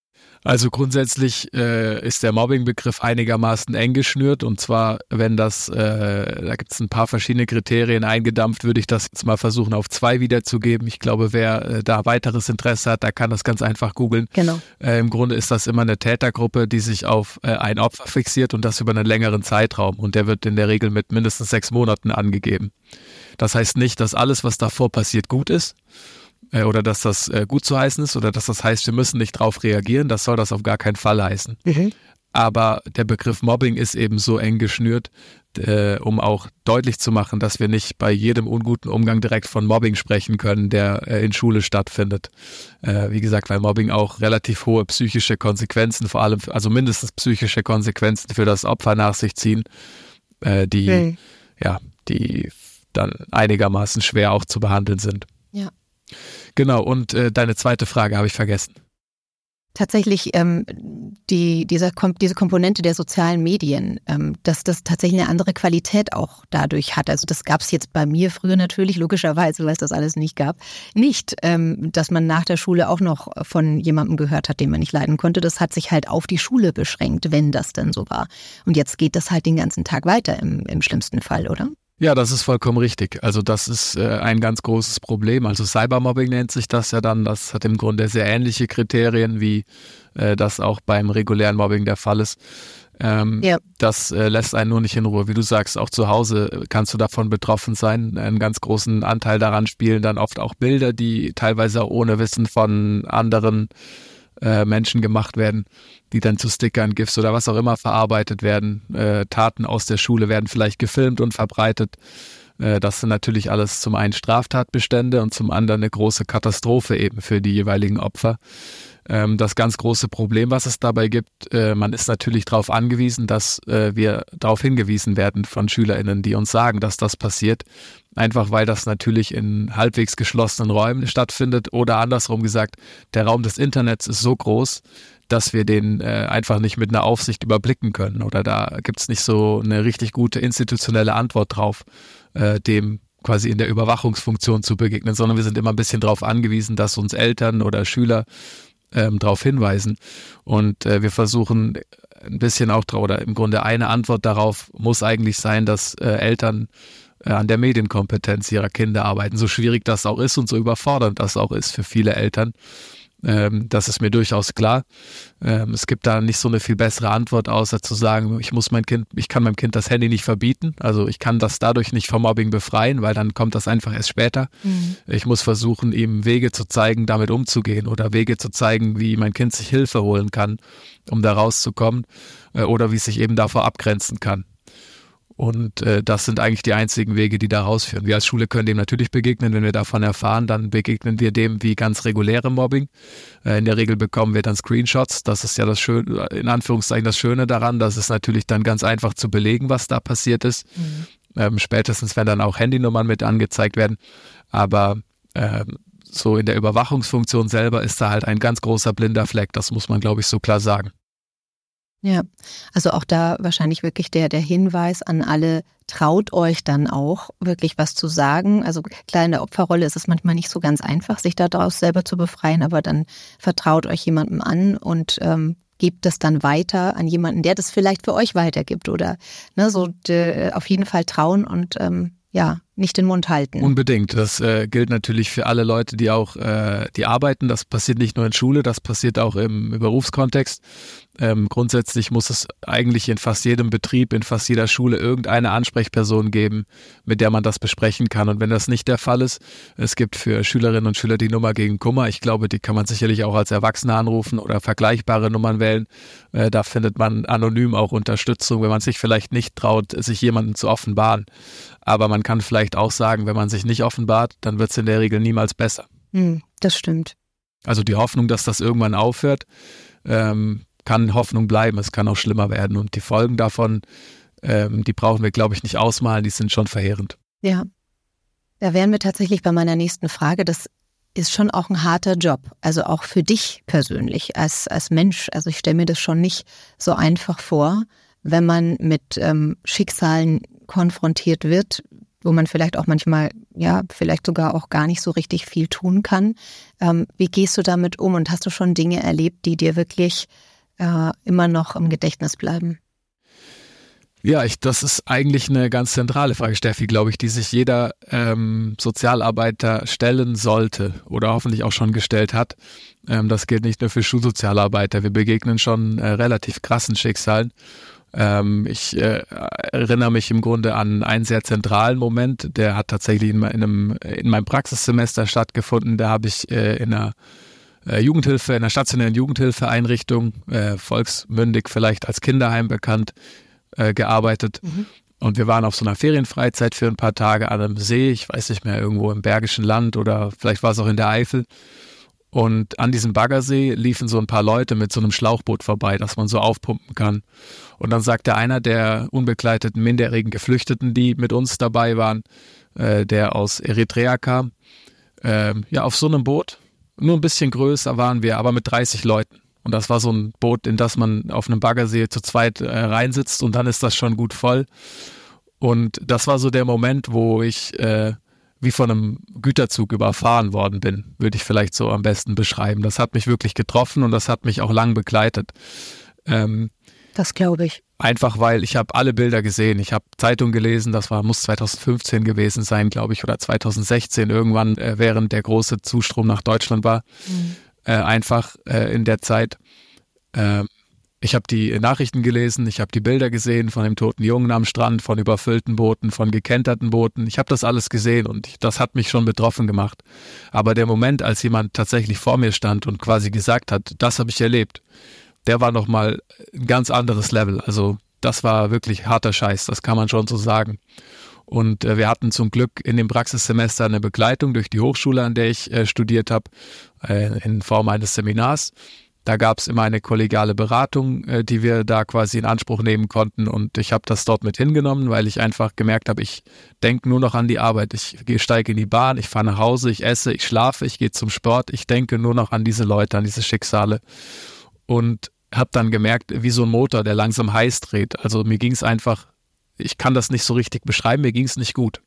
Also grundsätzlich äh, ist der Mobbing-Begriff einigermaßen eng geschnürt, und zwar, wenn das, äh, da gibt es ein paar verschiedene Kriterien eingedampft, würde ich das jetzt mal versuchen auf zwei wiederzugeben. Ich glaube, wer äh, da weiteres Interesse hat, der kann das ganz einfach googeln. Genau. Äh, im Grunde ist das immer eine Tätergruppe, die sich auf äh, ein Opfer fixiert, und das über einen längeren Zeitraum, und der wird in der Regel mit mindestens sechs Monaten angegeben. Das heißt nicht, dass alles, was davor passiert, gut ist, oder dass das äh, gut zu heißen ist oder dass das heißt, wir müssen nicht drauf reagieren. Das soll das auf gar keinen Fall heißen. Mhm. Aber der Begriff Mobbing ist eben so eng geschnürt, äh, um auch deutlich zu machen, dass wir nicht bei jedem unguten Umgang direkt von Mobbing sprechen können, der äh, in Schule stattfindet. Äh, wie gesagt, weil Mobbing auch relativ hohe psychische Konsequenzen, vor allem, also mindestens psychische Konsequenzen für das Opfer nach sich ziehen, äh, die, mhm. ja, die dann einigermaßen schwer auch zu behandeln sind. Ja. Genau, und äh, deine zweite Frage habe ich vergessen. Tatsächlich ähm, die, dieser, diese Komponente der sozialen Medien, ähm, dass das tatsächlich eine andere Qualität auch dadurch hat. Also das gab es jetzt bei mir früher natürlich, logischerweise, weil es das alles nicht gab. Nicht, ähm, dass man nach der Schule auch noch von jemandem gehört hat, den man nicht leiden konnte. Das hat sich halt auf die Schule beschränkt, wenn das denn so war. Und jetzt geht das halt den ganzen Tag weiter im, im schlimmsten Fall, oder? Ja, das ist vollkommen richtig. Also das ist äh, ein ganz großes Problem. Also Cybermobbing nennt sich das ja dann. Das hat im Grunde sehr ähnliche Kriterien, wie äh, das auch beim regulären Mobbing der Fall ist. Ähm, ja. Das äh, lässt einen nur nicht in Ruhe. Wie du sagst, auch zu Hause kannst du davon betroffen sein. Einen ganz großen Anteil daran spielen dann oft auch Bilder, die teilweise auch ohne Wissen von anderen äh, Menschen gemacht werden, die dann zu Stickern, GIFs oder was auch immer verarbeitet werden. Äh, Taten aus der Schule werden vielleicht gefilmt und verbreitet. Äh, das sind natürlich alles zum einen Straftatbestände und zum anderen eine große Katastrophe eben für die jeweiligen Opfer. Ähm, das ganz große Problem, was es dabei gibt, äh, man ist natürlich darauf angewiesen, dass äh, wir darauf hingewiesen werden von SchülerInnen, die uns sagen, dass das passiert. Einfach weil das natürlich in halbwegs geschlossenen Räumen stattfindet, oder andersrum gesagt, der Raum des Internets ist so groß, dass wir den äh, einfach nicht mit einer Aufsicht überblicken können, oder da gibt es nicht so eine richtig gute institutionelle Antwort drauf, äh, dem quasi in der Überwachungsfunktion zu begegnen, sondern wir sind immer ein bisschen darauf angewiesen, dass uns Eltern oder Schüler ähm, darauf hinweisen, und äh, wir versuchen ein bisschen auch drauf, oder im Grunde eine Antwort darauf muss eigentlich sein, dass äh, Eltern äh, an der Medienkompetenz ihrer Kinder arbeiten, so schwierig das auch ist und so überfordernd das auch ist für viele Eltern. Ähm, das ist mir durchaus klar. Ähm, es gibt da nicht so eine viel bessere Antwort, außer zu sagen, ich muss mein Kind, ich kann meinem Kind das Handy nicht verbieten. Also ich kann das dadurch nicht vom Mobbing befreien, weil dann kommt das einfach erst später. Mhm. Ich muss versuchen, ihm Wege zu zeigen, damit umzugehen oder Wege zu zeigen, wie mein Kind sich Hilfe holen kann, um da rauszukommen äh, oder wie es sich eben davor abgrenzen kann. Und äh, das sind eigentlich die einzigen Wege, die da rausführen. Wir als Schule können dem natürlich begegnen. Wenn wir davon erfahren, dann begegnen wir dem wie ganz reguläre Mobbing. Äh, in der Regel bekommen wir dann Screenshots. Das ist ja das Schöne, in Anführungszeichen das Schöne daran. Das ist natürlich dann ganz einfach zu belegen, was da passiert ist. Mhm. Ähm, spätestens, wenn dann auch Handynummern mit angezeigt werden. Aber äh, so in der Überwachungsfunktion selber ist da halt ein ganz großer blinder Fleck. Das muss man, glaube ich, so klar sagen. Ja, also auch da wahrscheinlich wirklich der, der Hinweis an alle, traut euch dann auch wirklich was zu sagen. Also klar, in der Opferrolle ist es manchmal nicht so ganz einfach, sich daraus selber zu befreien, aber dann vertraut euch jemandem an und ähm, gebt das dann weiter an jemanden, der das vielleicht für euch weitergibt oder ne, so de, auf jeden Fall trauen und ähm, ja, nicht den Mund halten. Unbedingt. Das äh, gilt natürlich für alle Leute, die auch äh, die arbeiten. Das passiert nicht nur in Schule, das passiert auch im, im Berufskontext. Ähm, grundsätzlich muss es eigentlich in fast jedem Betrieb, in fast jeder Schule irgendeine Ansprechperson geben, mit der man das besprechen kann. Und wenn das nicht der Fall ist, es gibt für Schülerinnen und Schüler die Nummer gegen Kummer. Ich glaube, die kann man sicherlich auch als Erwachsener anrufen oder vergleichbare Nummern wählen. Äh, da findet man anonym auch Unterstützung, wenn man sich vielleicht nicht traut, sich jemandem zu offenbaren. Aber man kann vielleicht auch sagen, wenn man sich nicht offenbart, dann wird es in der Regel niemals besser. Hm, das stimmt. Also die Hoffnung, dass das irgendwann aufhört, ähm, kann Hoffnung bleiben. Es kann auch schlimmer werden. Und die Folgen davon, ähm, die brauchen wir, glaube ich, nicht ausmalen. Die sind schon verheerend. Ja, da wären wir tatsächlich bei meiner nächsten Frage. Das ist schon auch ein harter Job. Also auch für dich persönlich als, als Mensch. Also ich stelle mir das schon nicht so einfach vor, wenn man mit ähm, Schicksalen konfrontiert wird, wo man vielleicht auch manchmal, ja, vielleicht sogar auch gar nicht so richtig viel tun kann. Ähm, wie gehst du damit um und hast du schon Dinge erlebt, die dir wirklich äh, immer noch im Gedächtnis bleiben? Ja, ich, das ist eigentlich eine ganz zentrale Frage, Steffi, glaube ich, die sich jeder ähm, Sozialarbeiter stellen sollte oder hoffentlich auch schon gestellt hat. Ähm, das gilt nicht nur für Schulsozialarbeiter. Wir begegnen schon äh, relativ krassen Schicksalen. Ähm, ich äh, erinnere mich im Grunde an einen sehr zentralen Moment, der hat tatsächlich in, in, einem, in meinem Praxissemester stattgefunden. Da habe ich äh, in einer äh, Jugendhilfe, in einer stationären Jugendhilfeeinrichtung, äh, volksmündig vielleicht als Kinderheim bekannt, äh, gearbeitet. Mhm. Und wir waren auf so einer Ferienfreizeit für ein paar Tage an einem See, ich weiß nicht mehr, irgendwo im Bergischen Land oder vielleicht war es auch in der Eifel. Und an diesem Baggersee liefen so ein paar Leute mit so einem Schlauchboot vorbei, das man so aufpumpen kann. Und dann sagte einer der unbegleiteten minderjährigen Geflüchteten, die mit uns dabei waren, äh, der aus Eritrea kam, äh, ja, auf so einem Boot, nur ein bisschen größer waren wir, aber mit dreißig Leuten. Und das war so ein Boot, in das man auf einem Baggersee zu zweit äh, reinsitzt und dann ist das schon gut voll. Und das war so der Moment, wo ich äh, wie von einem Güterzug überfahren worden bin, würde ich vielleicht so am besten beschreiben. Das hat mich wirklich getroffen und das hat mich auch lang begleitet. Ähm, das glaube ich. Einfach weil ich habe alle Bilder gesehen. Ich habe Zeitung gelesen, das war muss zwanzig fünfzehn gewesen sein, glaube ich, oder zwanzig sechzehn, irgendwann, äh, während der große Zustrom nach Deutschland war. Mhm. Äh, einfach äh, in der Zeit. Äh, Ich habe die Nachrichten gelesen, ich habe die Bilder gesehen von dem toten Jungen am Strand, von überfüllten Booten, von gekenterten Booten. Ich habe das alles gesehen und ich, das hat mich schon betroffen gemacht. Aber der Moment, als jemand tatsächlich vor mir stand und quasi gesagt hat, das habe ich erlebt, der war nochmal ein ganz anderes Level. Also das war wirklich harter Scheiß, das kann man schon so sagen. Und äh, wir hatten zum Glück in dem Praxissemester eine Begleitung durch die Hochschule, an der ich äh, studiert habe, äh, in Form eines Seminars. Da gab es immer eine kollegiale Beratung, äh, die wir da quasi in Anspruch nehmen konnten und ich habe das dort mit hingenommen, weil ich einfach gemerkt habe, ich denke nur noch an die Arbeit. Ich steige in die Bahn, ich fahre nach Hause, ich esse, ich schlafe, ich gehe zum Sport. Ich denke nur noch an diese Leute, an diese Schicksale und habe dann gemerkt, wie so ein Motor, der langsam heiß dreht. Also mir ging es einfach, ich kann das nicht so richtig beschreiben, mir ging es nicht gut.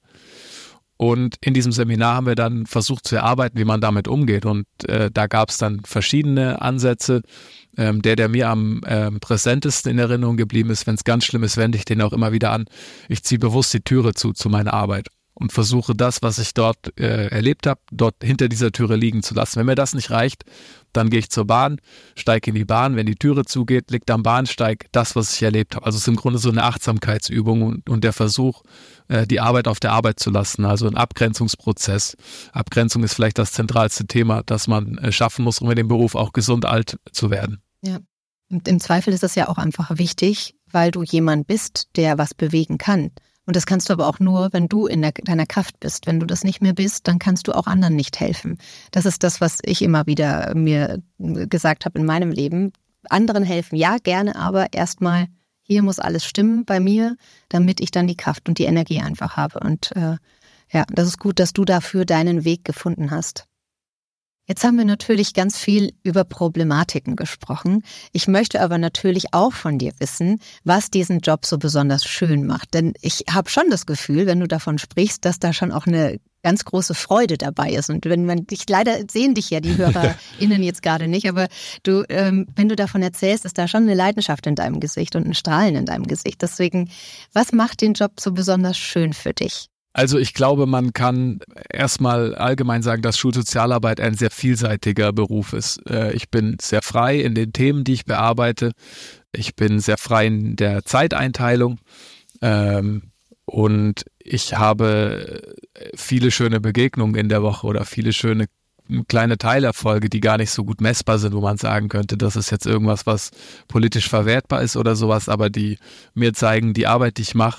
Und in diesem Seminar haben wir dann versucht zu erarbeiten, wie man damit umgeht. Und äh, da gab es dann verschiedene Ansätze. Ähm, der, der mir am ähm, präsentesten in Erinnerung geblieben ist, wenn es ganz schlimm ist, wende ich den auch immer wieder an. Ich ziehe bewusst die Türe zu, zu meiner Arbeit. und versuche das, was ich dort äh, erlebt habe, dort hinter dieser Türe liegen zu lassen. Wenn mir das nicht reicht, dann gehe ich zur Bahn, steige in die Bahn, wenn die Türe zugeht, liegt am Bahnsteig das, was ich erlebt habe. Also es ist im Grunde so eine Achtsamkeitsübung und, und der Versuch, äh, die Arbeit auf der Arbeit zu lassen, also ein Abgrenzungsprozess. Abgrenzung ist vielleicht das zentralste Thema, das man äh, schaffen muss, um in dem Beruf auch gesund alt zu werden. Ja, und im Zweifel ist das ja auch einfach wichtig, weil du jemand bist, der was bewegen kann. Und das kannst du aber auch nur, wenn du in der, deiner Kraft bist. Wenn du das nicht mehr bist, dann kannst du auch anderen nicht helfen. Das ist das, was ich immer wieder mir gesagt habe in meinem Leben. Anderen helfen, ja, gerne, aber erstmal, hier muss alles stimmen bei mir, damit ich dann die Kraft und die Energie einfach habe. Und äh, ja, das ist gut, dass du dafür deinen Weg gefunden hast. Jetzt haben wir natürlich ganz viel über Problematiken gesprochen. Ich möchte aber natürlich auch von dir wissen, was diesen Job so besonders schön macht. Denn ich habe schon das Gefühl, wenn du davon sprichst, dass da schon auch eine ganz große Freude dabei ist. Und wenn man dich, leider sehen dich ja die HörerInnen jetzt gerade nicht, aber du, ähm, wenn du davon erzählst, ist da schon eine Leidenschaft in deinem Gesicht und ein Strahlen in deinem Gesicht. Deswegen, was macht den Job so besonders schön für dich? Also ich glaube, man kann erstmal allgemein sagen, dass Schulsozialarbeit ein sehr vielseitiger Beruf ist. Ich bin sehr frei in den Themen, die ich bearbeite. Ich bin sehr frei in der Zeiteinteilung. Und ich habe viele schöne Begegnungen in der Woche oder viele schöne kleine Teilerfolge, die gar nicht so gut messbar sind, wo man sagen könnte, das ist jetzt irgendwas, was politisch verwertbar ist oder sowas, aber die mir zeigen, die Arbeit, die ich mache,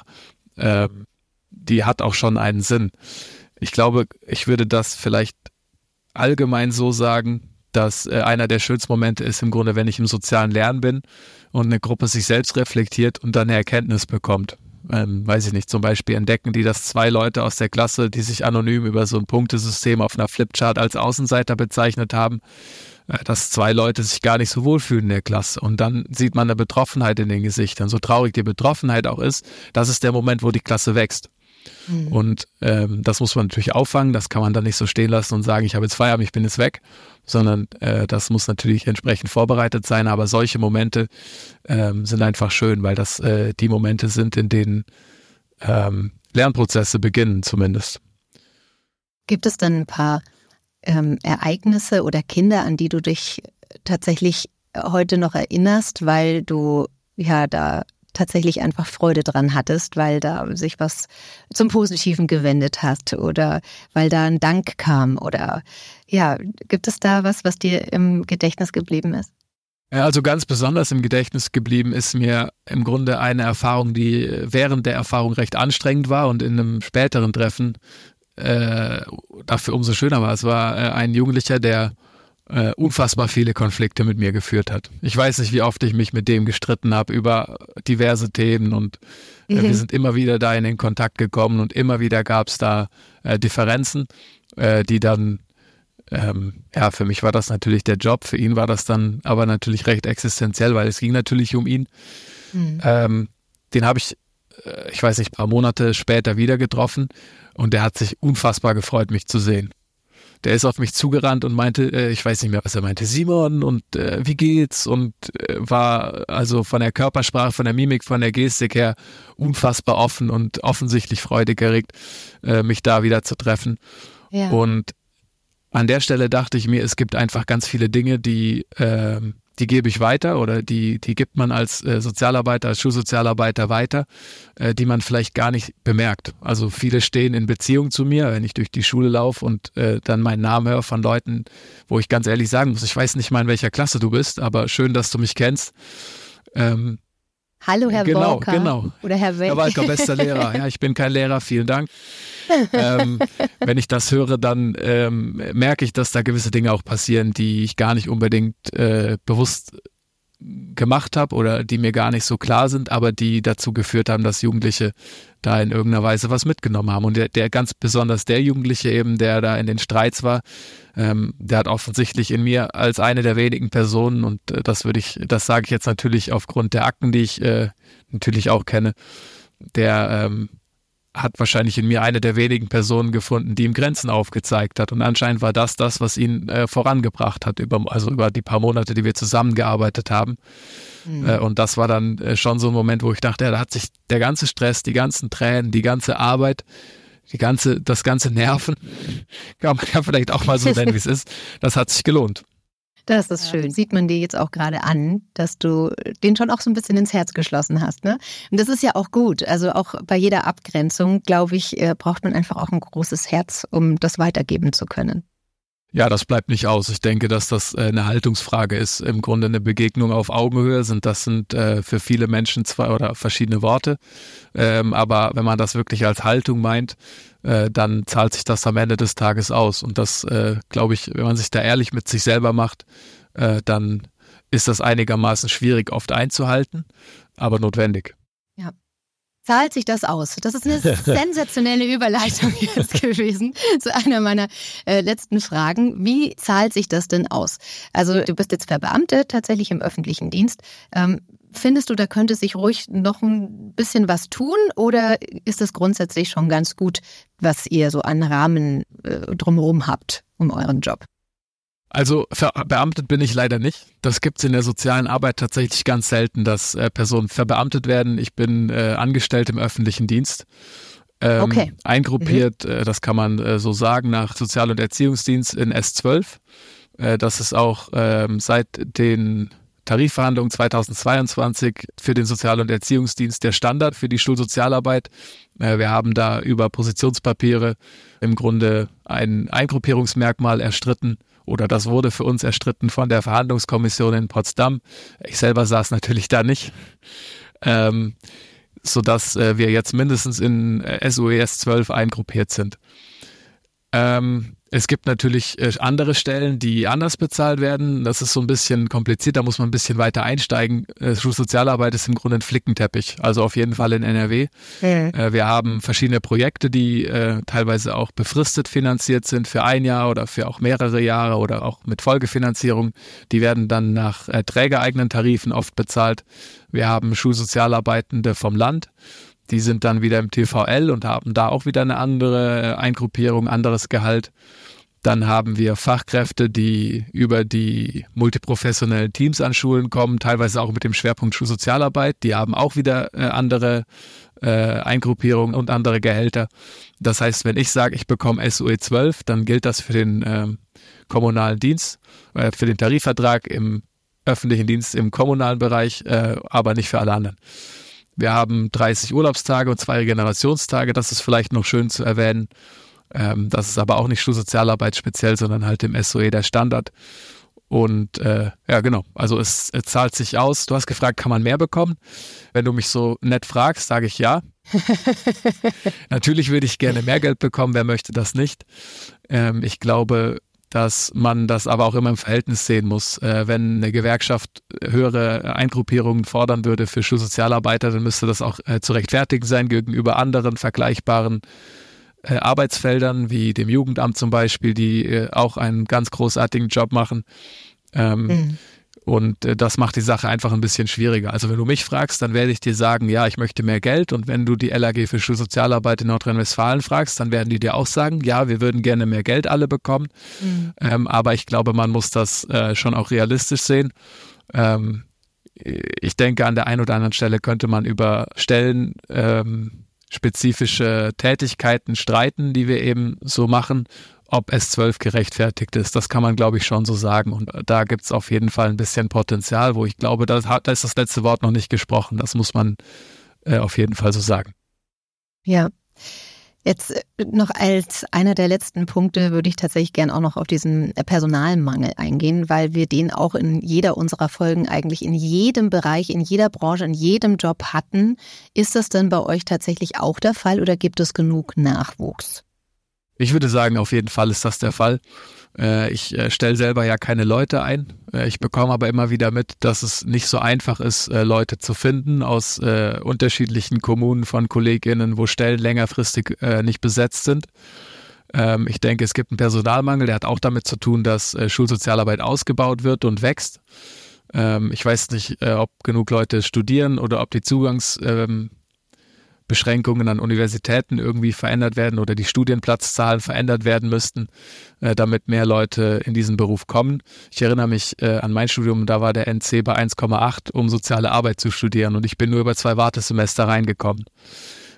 die hat auch schon einen Sinn. Ich glaube, ich würde das vielleicht allgemein so sagen, dass äh, einer der schönsten Momente ist im Grunde, wenn ich im sozialen Lernen bin und eine Gruppe sich selbst reflektiert und dann eine Erkenntnis bekommt. Ähm, weiß ich nicht, zum Beispiel entdecken die, dass zwei Leute aus der Klasse, die sich anonym über so ein Punktesystem auf einer Flipchart als Außenseiter bezeichnet haben, äh, dass zwei Leute sich gar nicht so wohlfühlen in der Klasse. Und dann sieht man eine Betroffenheit in den Gesichtern. So traurig die Betroffenheit auch ist, das ist der Moment, wo die Klasse wächst. Mhm. Und ähm, das muss man natürlich auffangen, das kann man dann nicht so stehen lassen und sagen, ich habe jetzt Feierabend, ich bin jetzt weg, sondern äh, das muss natürlich entsprechend vorbereitet sein, aber solche Momente ähm, sind einfach schön, weil das äh, die Momente sind, in denen ähm, Lernprozesse beginnen zumindest. Gibt es dann ein paar ähm, Ereignisse oder Kinder, an die du dich tatsächlich heute noch erinnerst, weil du ja da tatsächlich einfach Freude dran hattest, weil da sich was zum Positiven gewendet hat oder weil da ein Dank kam oder ja, gibt es da was, was dir im Gedächtnis geblieben ist? Ja, also ganz besonders im Gedächtnis geblieben ist mir im Grunde eine Erfahrung, die während der Erfahrung recht anstrengend war und in einem späteren Treffen äh, dafür umso schöner war. Es war äh, ein Jugendlicher, der Uh, unfassbar viele Konflikte mit mir geführt hat. Ich weiß nicht, wie oft ich mich mit dem gestritten habe über diverse Themen und mhm. äh, wir sind immer wieder da in den Kontakt gekommen und immer wieder gab es da äh, Differenzen, äh, die dann, ähm, ja, für mich war das natürlich der Job, für ihn war das dann aber natürlich recht existenziell, weil es ging natürlich um ihn. Mhm. Ähm, den habe ich, äh, ich weiß nicht, ein paar Monate später wieder getroffen und der hat sich unfassbar gefreut, mich zu sehen. Der ist auf mich zugerannt und meinte, äh, ich weiß nicht mehr, was er meinte, Simon und äh, wie geht's? Und äh, war also von der Körpersprache, von der Mimik, von der Gestik her unfassbar offen und offensichtlich freudig erregt, äh, mich da wieder zu treffen. Ja. Und an der Stelle dachte ich mir, es gibt einfach ganz viele Dinge, die, äh, die gebe ich weiter oder die, die gibt man als äh, Sozialarbeiter, als Schulsozialarbeiter weiter, äh, die man vielleicht gar nicht bemerkt. Also viele stehen in Beziehung zu mir, wenn ich durch die Schule laufe und äh, dann meinen Namen höre von Leuten, wo ich ganz ehrlich sagen muss, ich weiß nicht mal, in welcher Klasse du bist, aber schön, dass du mich kennst. Ähm, Hallo, Herr genau, Walker. Genau, Oder Herr Welker. Herr Walker, bester Lehrer. Ja, ich bin kein Lehrer, vielen Dank. ähm, wenn ich das höre, dann ähm, merke ich, dass da gewisse Dinge auch passieren, die ich gar nicht unbedingt äh, bewusst gemacht habe oder die mir gar nicht so klar sind, aber die dazu geführt haben, dass Jugendliche da in irgendeiner Weise was mitgenommen haben. Und der, der ganz besonders der Jugendliche eben, der da in den Streits war, ähm, der hat offensichtlich in mir als eine der wenigen Personen, und äh, das würde ich, das sage ich jetzt natürlich aufgrund der Akten, die ich äh, natürlich auch kenne, der ähm, hat wahrscheinlich in mir eine der wenigen Personen gefunden, die ihm Grenzen aufgezeigt hat. Und anscheinend war das das, was ihn äh, vorangebracht hat, über, also über die paar Monate, die wir zusammengearbeitet haben. Mhm. Äh, und das war dann äh, schon so ein Moment, wo ich dachte, ja, da hat sich der ganze Stress, die ganzen Tränen, die ganze Arbeit, die ganze, das ganze Nerven, kann man ja vielleicht auch mal so nennen, wie es ist, das hat sich gelohnt. Das ist schön. Sieht man dir jetzt auch gerade an, dass du den schon auch so ein bisschen ins Herz geschlossen hast, ne? Und das ist ja auch gut. Also auch bei jeder Abgrenzung, glaube ich, braucht man einfach auch ein großes Herz, um das weitergeben zu können. Ja, das bleibt nicht aus. Ich denke, dass das eine Haltungsfrage ist. Im Grunde eine Begegnung auf Augenhöhe sind. Das sind äh, für viele Menschen zwei oder verschiedene Worte. Ähm, aber wenn man das wirklich als Haltung meint, äh, dann zahlt sich das am Ende des Tages aus. Und das, äh, glaube ich, wenn man sich da ehrlich mit sich selber macht, äh, dann ist das einigermaßen schwierig oft einzuhalten, aber notwendig. Ja. Zahlt sich das aus? Das ist eine sensationelle Überleitung jetzt gewesen zu einer meiner äh, letzten Fragen. Wie zahlt sich das denn aus? Also du bist jetzt verbeamtet tatsächlich im öffentlichen Dienst. Ähm, findest du, da könnte sich ruhig noch ein bisschen was tun oder ist es grundsätzlich schon ganz gut, was ihr so an Rahmen äh, drumherum habt um euren Job? Also verbeamtet bin ich leider nicht. Das gibt es in der sozialen Arbeit tatsächlich ganz selten, dass äh, Personen verbeamtet werden. Ich bin äh, angestellt im öffentlichen Dienst. Ähm, okay. Eingruppiert, mhm. äh, das kann man äh, so sagen, nach Sozial- und Erziehungsdienst in S zwölf. Äh, das ist auch ähm, seit den Tarifverhandlungen zweitausendzweiundzwanzig für den Sozial- und Erziehungsdienst der Standard für die Schulsozialarbeit. Äh, wir haben da über Positionspapiere im Grunde ein Eingruppierungsmerkmal erstritten. Oder das wurde für uns erstritten von der Verhandlungskommission in Potsdam. Ich selber saß natürlich da nicht. Ähm, sodass äh, wir jetzt mindestens in äh, S U E S zwölf eingruppiert sind. Ähm, es gibt natürlich äh, andere Stellen, die anders bezahlt werden. Das ist so ein bisschen kompliziert, da muss man ein bisschen weiter einsteigen. Äh, Schulsozialarbeit ist im Grunde ein Flickenteppich, also auf jeden Fall in N R W. Mhm. Äh, wir haben verschiedene Projekte, die äh, teilweise auch befristet finanziert sind für ein Jahr oder für auch mehrere Jahre oder auch mit Folgefinanzierung. Die werden dann nach äh, trägereigenen Tarifen oft bezahlt. Wir haben Schulsozialarbeitende vom Land. Die sind dann wieder im T V L und haben da auch wieder eine andere Eingruppierung, anderes Gehalt. Dann haben wir Fachkräfte, die über die multiprofessionellen Teams an Schulen kommen, teilweise auch mit dem Schwerpunkt Schulsozialarbeit. Die haben auch wieder äh, andere äh, Eingruppierungen und andere Gehälter. Das heißt, wenn ich sage, ich bekomme S U E zwölf, dann gilt das für den äh, kommunalen Dienst, äh, für den Tarifvertrag im öffentlichen Dienst im kommunalen Bereich, äh, aber nicht für alle anderen. Wir haben dreißig Urlaubstage und zwei Regenerationstage, das ist vielleicht noch schön zu erwähnen. Ähm, das ist aber auch nicht Schulsozialarbeit speziell, sondern halt im S O E der Standard. Und äh, ja, genau, also es, es zahlt sich aus. Du hast gefragt, kann man mehr bekommen? Wenn du mich so nett fragst, sage ich ja. Natürlich würde ich gerne mehr Geld bekommen, wer möchte das nicht? Ähm, ich glaube, dass man das aber auch immer im Verhältnis sehen muss. Äh, wenn eine Gewerkschaft höhere Eingruppierungen fordern würde für Schulsozialarbeiter, dann müsste das auch äh, zu rechtfertigen sein gegenüber anderen vergleichbaren äh, Arbeitsfeldern, wie dem Jugendamt zum Beispiel, die äh, auch einen ganz großartigen Job machen. Ähm, mhm. Und äh, das macht die Sache einfach ein bisschen schwieriger. Also wenn du mich fragst, dann werde ich dir sagen, ja, ich möchte mehr Geld. Und wenn du die L A G für Schulsozialarbeit in Nordrhein-Westfalen fragst, dann werden die dir auch sagen, ja, wir würden gerne mehr Geld alle bekommen. Mhm. Ähm, aber ich glaube, man muss das äh, schon auch realistisch sehen. Ähm, ich denke, an der einen oder anderen Stelle könnte man über Stellen ähm, spezifische Tätigkeiten streiten, die wir eben so machen. Ob S zwölf gerechtfertigt ist, das kann man, glaube ich, schon so sagen. Und da gibt es auf jeden Fall ein bisschen Potenzial, wo ich glaube, da, da ist das letzte Wort noch nicht gesprochen. Das muss man äh, auf jeden Fall so sagen. Ja, jetzt noch als einer der letzten Punkte würde ich tatsächlich gern auch noch auf diesen Personalmangel eingehen, weil wir den auch in jeder unserer Folgen eigentlich in jedem Bereich, in jeder Branche, in jedem Job hatten. Ist das denn bei euch tatsächlich auch der Fall oder gibt es genug Nachwuchs? Ich würde sagen, auf jeden Fall ist das der Fall. Ich stelle selber ja keine Leute ein. Ich bekomme aber immer wieder mit, dass es nicht so einfach ist, Leute zu finden aus unterschiedlichen Kommunen von KollegInnen, wo Stellen längerfristig nicht besetzt sind. Ich denke, es gibt einen Personalmangel, der hat auch damit zu tun, dass Schulsozialarbeit ausgebaut wird und wächst. Ich weiß nicht, ob genug Leute studieren oder ob die Zugangs Beschränkungen an Universitäten irgendwie verändert werden oder die Studienplatzzahlen verändert werden müssten, äh, damit mehr Leute in diesen Beruf kommen. Ich erinnere mich äh, an mein Studium, da war der N C bei eins Komma acht, um soziale Arbeit zu studieren und ich bin nur über zwei Wartesemester reingekommen.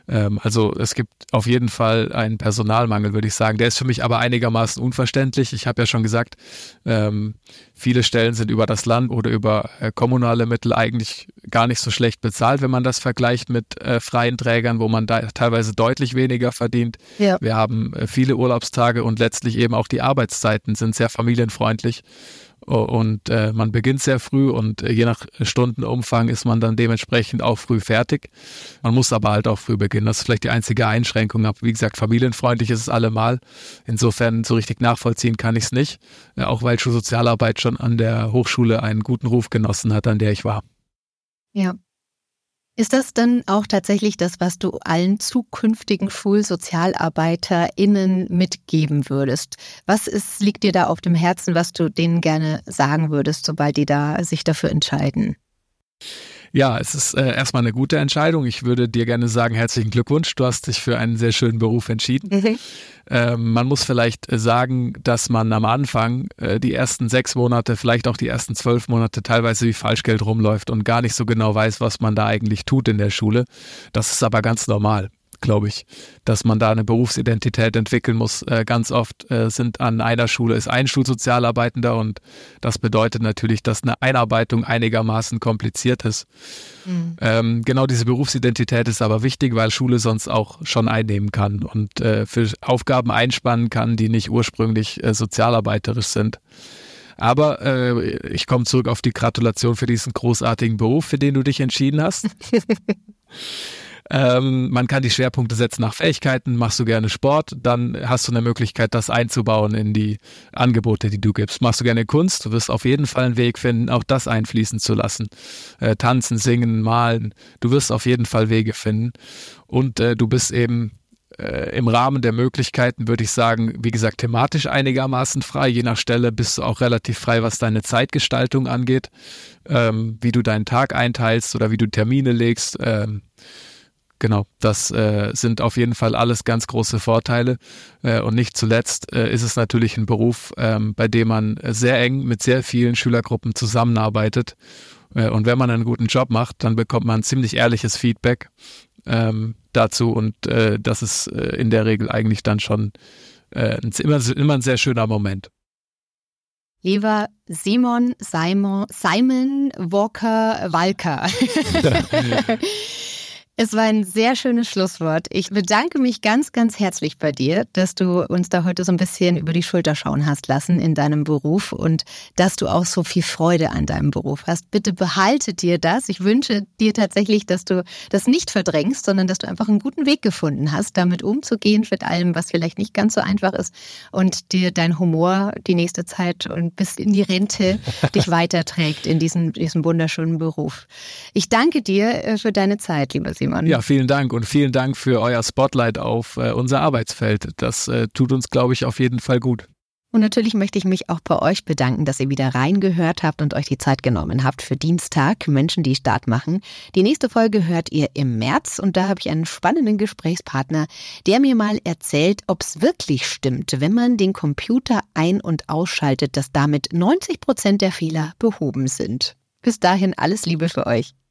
Ähm, also es gibt auf jeden Fall einen Personalmangel, würde ich sagen. Der ist für mich aber einigermaßen unverständlich. Ich habe ja schon gesagt, ähm, viele Stellen sind über das Land oder über äh, kommunale Mittel eigentlich gar nicht so schlecht bezahlt, wenn man das vergleicht mit äh, freien Trägern, wo man da teilweise deutlich weniger verdient. Ja. Wir haben äh, viele Urlaubstage und letztlich eben auch die Arbeitszeiten sind sehr familienfreundlich. Und äh, man beginnt sehr früh und äh, je nach Stundenumfang ist man dann dementsprechend auch früh fertig. Man muss aber halt auch früh beginnen. Das ist vielleicht die einzige Einschränkung. Aber wie gesagt, familienfreundlich ist es allemal. Insofern so richtig nachvollziehen kann ich es nicht. Äh, auch weil Schulsozialarbeit schon an der Hochschule einen guten Ruf genossen hat, an der ich war. Ja. Ist das dann auch tatsächlich das, was du allen zukünftigen SchulsozialarbeiterInnen mitgeben würdest? Was ist, liegt dir da auf dem Herzen, was du denen gerne sagen würdest, sobald die da sich dafür entscheiden? Ja, es ist äh, erstmal eine gute Entscheidung. Ich würde dir gerne sagen, herzlichen Glückwunsch. Du hast dich für einen sehr schönen Beruf entschieden. Mhm. Ähm, man muss vielleicht äh, sagen, dass man am Anfang äh, die ersten sechs Monate, vielleicht auch die ersten zwölf Monate teilweise wie Falschgeld rumläuft und gar nicht so genau weiß, was man da eigentlich tut in der Schule. Das ist aber ganz normal, glaube ich, dass man da eine Berufsidentität entwickeln muss. Äh, ganz oft äh, sind an einer Schule ist ein Schulsozialarbeitender und das bedeutet natürlich, dass eine Einarbeitung einigermaßen kompliziert ist. Mhm. Ähm, genau diese Berufsidentität ist aber wichtig, weil Schule sonst auch schon einnehmen kann und äh, für Aufgaben einspannen kann, die nicht ursprünglich äh, sozialarbeiterisch sind. Aber äh, ich komme zurück auf die Gratulation für diesen großartigen Beruf, für den du dich entschieden hast. Ähm, man kann die Schwerpunkte setzen nach Fähigkeiten. Machst du gerne Sport, dann hast du eine Möglichkeit, das einzubauen in die Angebote, die du gibst. Machst du gerne Kunst, du wirst auf jeden Fall einen Weg finden, auch das einfließen zu lassen. Äh, tanzen, singen, malen, du wirst auf jeden Fall Wege finden. Und äh, du bist eben äh, im Rahmen der Möglichkeiten, würde ich sagen, wie gesagt, thematisch einigermaßen frei. Je nach Stelle bist du auch relativ frei, was deine Zeitgestaltung angeht, ähm, wie du deinen Tag einteilst oder wie du Termine legst. Ähm, Genau, das äh, sind auf jeden Fall alles ganz große Vorteile äh, und nicht zuletzt äh, ist es natürlich ein Beruf, ähm, bei dem man sehr eng mit sehr vielen Schülergruppen zusammenarbeitet äh, und wenn man einen guten Job macht, dann bekommt man ziemlich ehrliches Feedback ähm, dazu und äh, das ist äh, in der Regel eigentlich dann schon äh, immer, immer ein sehr schöner Moment. Lieber Simon, Simon, Simon Walker Walker. Es war ein sehr schönes Schlusswort. Ich bedanke mich ganz, ganz herzlich bei dir, dass du uns da heute so ein bisschen über die Schulter schauen hast lassen in deinem Beruf und dass du auch so viel Freude an deinem Beruf hast. Bitte behalte dir das. Ich wünsche dir tatsächlich, dass du das nicht verdrängst, sondern dass du einfach einen guten Weg gefunden hast, damit umzugehen mit allem, was vielleicht nicht ganz so einfach ist und dir dein Humor die nächste Zeit und bis in die Rente dich weiterträgt in diesem, diesem wunderschönen Beruf. Ich danke dir für deine Zeit, lieber Simon. Ja, vielen Dank und vielen Dank für euer Spotlight auf äh, unser Arbeitsfeld. Das äh, tut uns, glaube ich, auf jeden Fall gut. Und natürlich möchte ich mich auch bei euch bedanken, dass ihr wieder reingehört habt und euch die Zeit genommen habt für Dienstag, Menschen, die Start machen. Die nächste Folge hört ihr im März und da habe ich einen spannenden Gesprächspartner, der mir mal erzählt, ob es wirklich stimmt, wenn man den Computer ein- und ausschaltet, dass damit neunzig Prozent der Fehler behoben sind. Bis dahin alles Liebe für euch.